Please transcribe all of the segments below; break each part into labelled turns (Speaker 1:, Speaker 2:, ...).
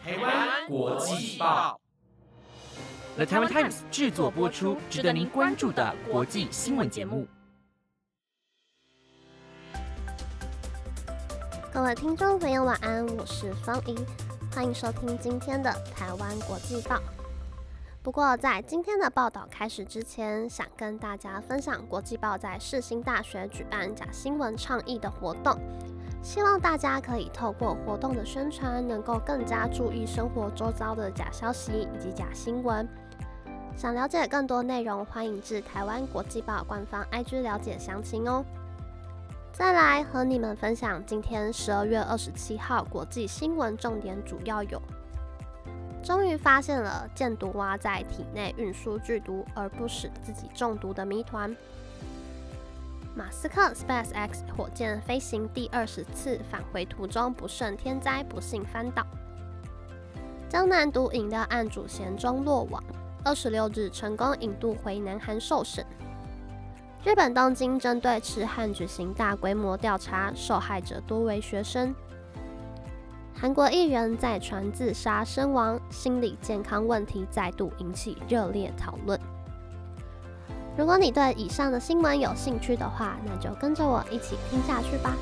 Speaker 1: 台湾国际报 The Taiwan Times 制作播出，值得您关注的国际新闻节目。
Speaker 2: 各位听众朋友，晚安，我是方怡，欢迎收听今天的台湾国际报。不过，在今天的报道开始之前，想跟大家分享国际报在世新大学举办假新闻倡议的活动，希望大家可以透过活动的宣传，能够更加注意生活周遭的假消息以及假新闻。想了解更多内容，欢迎至台湾国际报官方 IG 了解详情哦。再来和你们分享今天12月27号国际新闻重点主要有：终于发现了箭毒蛙在体内运输剧毒而不使自己中毒的谜团；马斯克 SpaceX 火箭飞行第20次返回途中不慎天灾，不幸翻倒；江南毒饮料案主嫌中落网，26日成功引渡回南韩受审；日本东京针对痴汉举行大规模调查，受害者多为学生；韩国艺人在船自杀身亡，心理健康问题再度引起热烈讨论。如果你对以上的新闻有兴趣的话，那就跟着我一起听下去吧。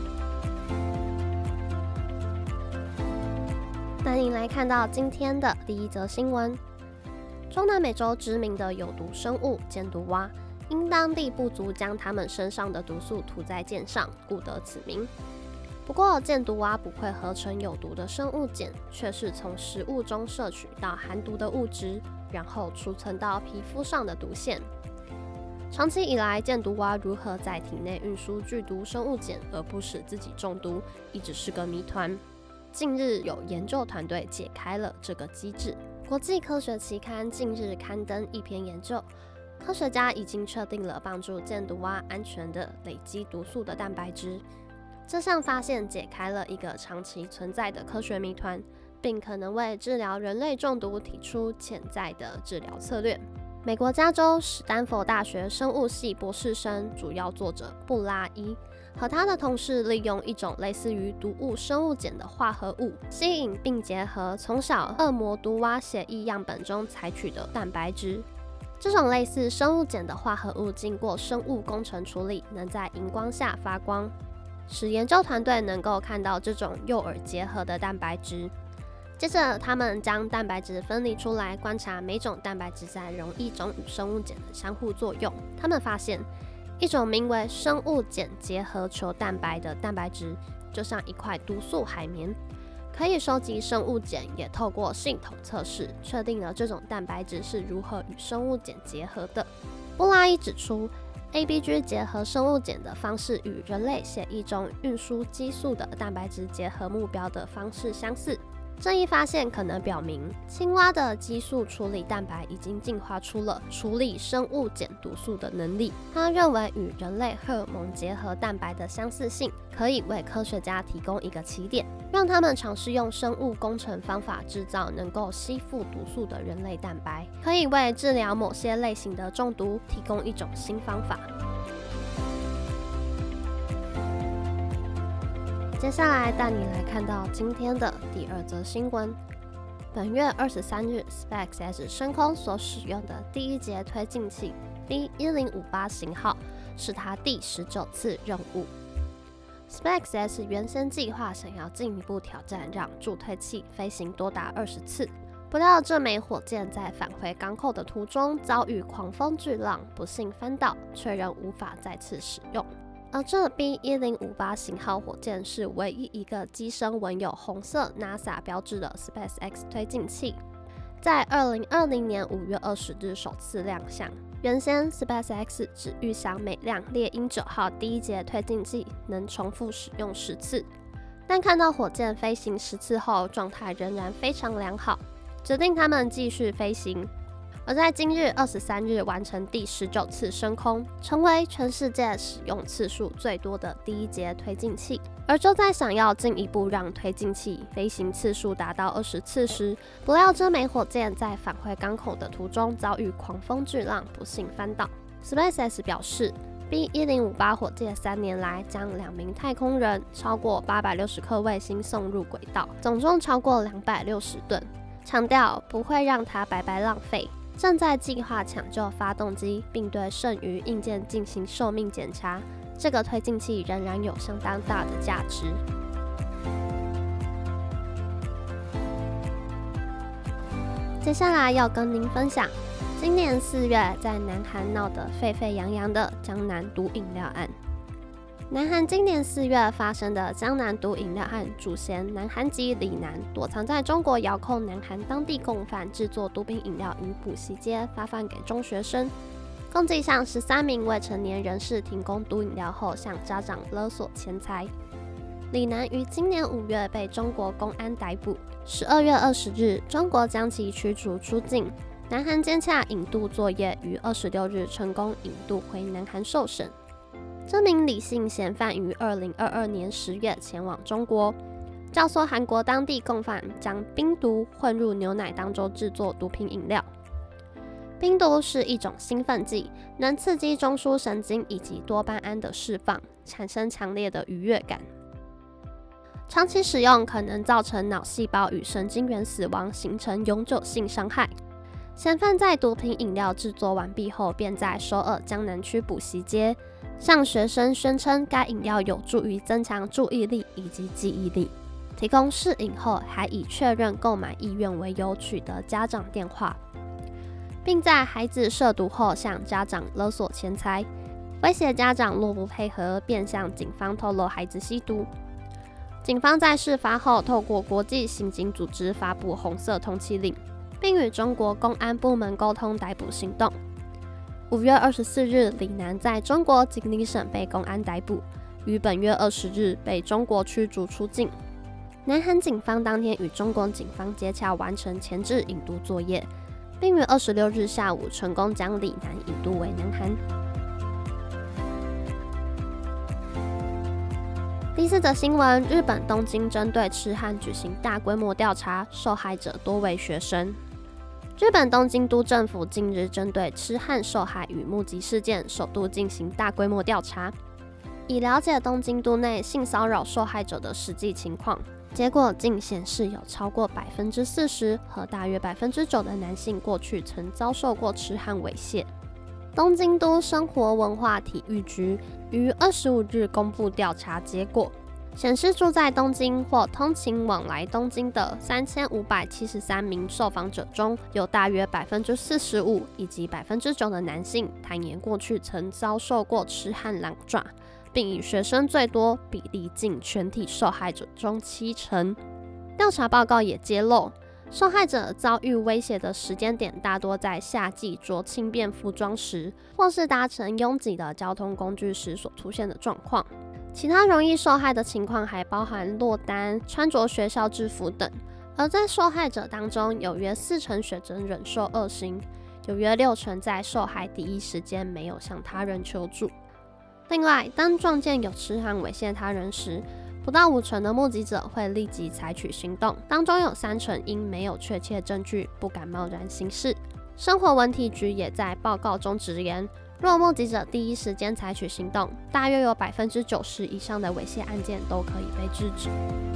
Speaker 2: 带您来看到今天的第一则新闻：中南美洲知名的有毒生物箭毒蛙，因当地部族将它们身上的毒素涂在箭上，故得此名。不过，箭毒蛙不会合成有毒的生物碱，却是从食物中摄取到含毒的物质，然后储存到皮肤上的毒腺。长期以来，箭毒蛙如何在体内运输剧毒生物碱而不使自己中毒，一直是个谜团。近日，有研究团队解开了这个机制。国际科学期刊近日刊登一篇研究，科学家已经确定了帮助箭毒蛙安全的累积毒素的蛋白质。这项发现解开了一个长期存在的科学谜团，并可能为治疗人类中毒提出潜在的治疗策略。美国加州史丹佛大学生物系博士生主要作者布拉伊和他的同事利用一种类似于毒物生物碱的化合物，吸引并结合从小恶魔毒蛙血液样本中采取的蛋白质。这种类似生物碱的化合物经过生物工程处理，能在荧光下发光，使研究团队能够看到这种诱饵结合的蛋白质。接着，他们将蛋白质分离出来，观察每种蛋白质在溶液中与生物碱的相互作用。他们发现，一种名为生物碱结合球蛋白的蛋白质，就像一块毒素海绵，可以收集生物碱，也透过系统测试，确定了这种蛋白质是如何与生物碱结合的。布拉伊指出，ABG 结合生物碱的方式与人类血液中运输激素的蛋白质结合目标的方式相似。这一发现可能表明，青蛙的激素处理蛋白已经进化出了处理生物碱毒素的能力。他认为与人类荷尔蒙结合蛋白的相似性，可以为科学家提供一个起点，让他们尝试用生物工程方法制造能够吸附毒素的人类蛋白，可以为治疗某些类型的中毒提供一种新方法。接下来带你来看到今天的第二则新闻。本月23日 ，SpaceX 升空所使用的第一节推进器 B1058 型号是它第19次任务。SpaceX 原先计划想要进一步挑战，让助推器飞行多达20次。不料这枚火箭在返回港口的途中遭遇狂风巨浪，不幸翻倒，却仍无法再次使用。而这 B1058 型号火箭是唯一一个机身纹有红色 NASA 标志的 SpaceX 推进器，在2020年5月20日首次亮相。原先 SpaceX 只预想每辆猎鹰9号第一节推进器能重复使用10次，但看到火箭飞行10次后，状态仍然非常良好，决定他们继续飞行。而在今日23日完成第19次升空，成为全世界使用次数最多的第一节推进器。而就在想要进一步让推进器飞行次数达到20次时，不料这枚火箭在返回港口的途中遭遇狂风巨浪，不幸翻倒。SpaceX 表示 B1058 火箭3年来将2名太空人、超过860颗卫星送入轨道，总重超过260吨，强调不会让它白白浪费，正在计划抢救发动机，并对剩余硬件进行寿命检查。这个推进器仍然有相当大的价值。接下来要跟您分享，今年4月在南韩闹得沸沸扬扬的江南毒饮料案。南韩今年4月发生的江南毒饮料案，主嫌南韩籍李楠躲藏在中国遥控南韩当地共犯，制作毒品饮料于补习街发放给中学生，共计向13名未成年人士提供毒饮料后，向家长勒索钱财。李楠于今年5月被中国公安逮捕，12月20日，中国将其驱逐出境。南韩接洽引渡作业，于26日成功引渡回南韩受审。这名李姓嫌犯于2022年10月前往中国，教唆韩国当地共犯将冰毒混入牛奶当中制作毒品饮料。冰毒是一种兴奋剂，能刺激中枢神经以及多巴胺的释放，产生强烈的愉悦感。长期使用可能造成脑细胞与神经元死亡，形成永久性伤害。嫌犯在毒品饮料制作完毕后，便在首尔江南区补习街向学生宣称该饮料有助于增强注意力以及记忆力。提供试饮后，还以确认购买意愿为由取得家长电话，并在孩子涉毒后向家长勒索钱财，威胁家长若不配合，便向警方透露孩子吸毒。警方在事发后，透过国际刑警组织发布红色通缉令，并与中国公安部门沟通逮捕行动。5月24日，李楠在中国锦里省被公安逮捕，于本月20日被中国驱逐出境。南韩警方当天与中国警方接洽，完成前置引渡作业，并于26日下午成功将李楠引渡回南韩。第4则新闻，日本东京针对痴汉举行大规模调查，受害者多为学生。日本东京都政府近日针对痴汉受害与目击事件，首度进行大规模调查，以了解东京都内性骚扰受害者的实际情况。结果竟显示，有超过40%和大约9%的男性过去曾遭受过痴汉猥亵。东京都生活文化体育局于25日公布调查结果，显示住在东京或通勤往来东京的3573名受访者中，有大约45%以及9%的男性坦言过去曾遭受过痴汉狼爪，并以学生最多，比例近全体受害者中70%。调查报告也揭露，受害者遭遇威胁的时间点大多在夏季着轻便服装时，或是搭乘拥挤的交通工具时所出现的状况。其他容易受害的情况还包含落单、穿着学校制服等。而在受害者当中，有约40%选择忍受恶行，有约60%在受害第一时间没有向他人求助。另外，当撞见有痴汉猥亵他人时，不到50%的目击者会立即采取行动，当中有3%因没有确切证据不敢贸然行事。生活文体局也在报告中直言，若目击者第一时间采取行动，大约有90%以上的猥亵案件都可以被制止。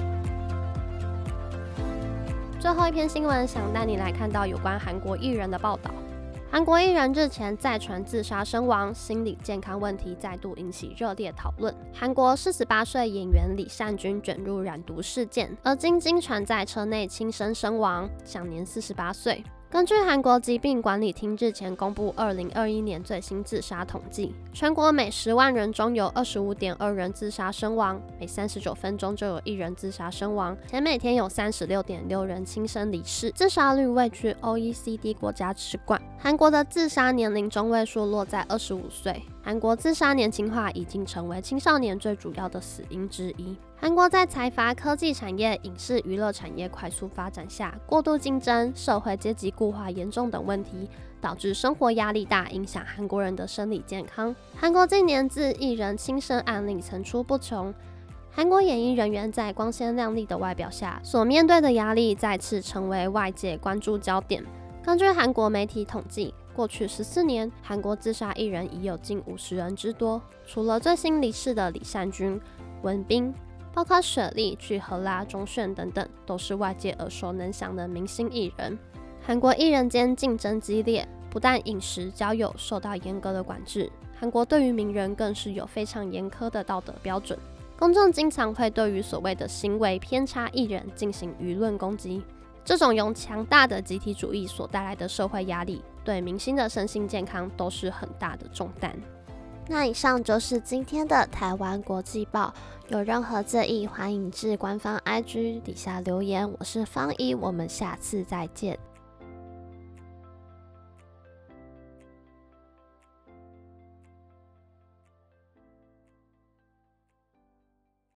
Speaker 2: 最后一篇新闻，想带你来看到有关韩国艺人的报道。韩国艺人日前再传自杀身亡，心理健康问题再度引起热烈讨论。韩国48岁演员李善均卷入染毒事件，而经传在车内轻生身亡，享年48岁。根据韩国疾病管理厅日前公布2021年最新自杀统计，全国每10万人中有 25.2 人自杀身亡，每39分钟就有1人自杀身亡，且每天有 36.6 人轻生离世，自杀率位居 OECD 国家之冠。韩国的自杀年龄中位数落在25岁，韩国自杀年轻化已经成为青少年最主要的死因之一。韩国在财阀、科技产业、影视娱乐产业快速发展下，过度竞争、社会阶级固化严重等问题，导致生活压力大，影响韩国人的生理健康。韩国近年自艺人轻生案例层出不穷，韩国演艺人员在光鲜亮丽的外表下所面对的压力再次成为外界关注焦点。根据韩国媒体统计， 过去14年，韩国自杀艺人已有近50人之多。除了最新离世的李善均、文彬，包括雪莉、具荷拉、钟铉等等，都是外界耳熟能详的明星艺人。韩国艺人间竞争激烈，不但饮食、交友受到严格的管制，韩国对于名人更是有非常严苛的道德标准。公众经常会对于所谓的行为偏差艺人进行舆论攻击，这种由强大的集体主义所带来的社会压力，对明星的身心健康都是很大的重担。
Speaker 3: 那以上就是今天的台湾国际报，有任何建议欢迎至官方 IG 底下留言。我是方怡，我们下次再见。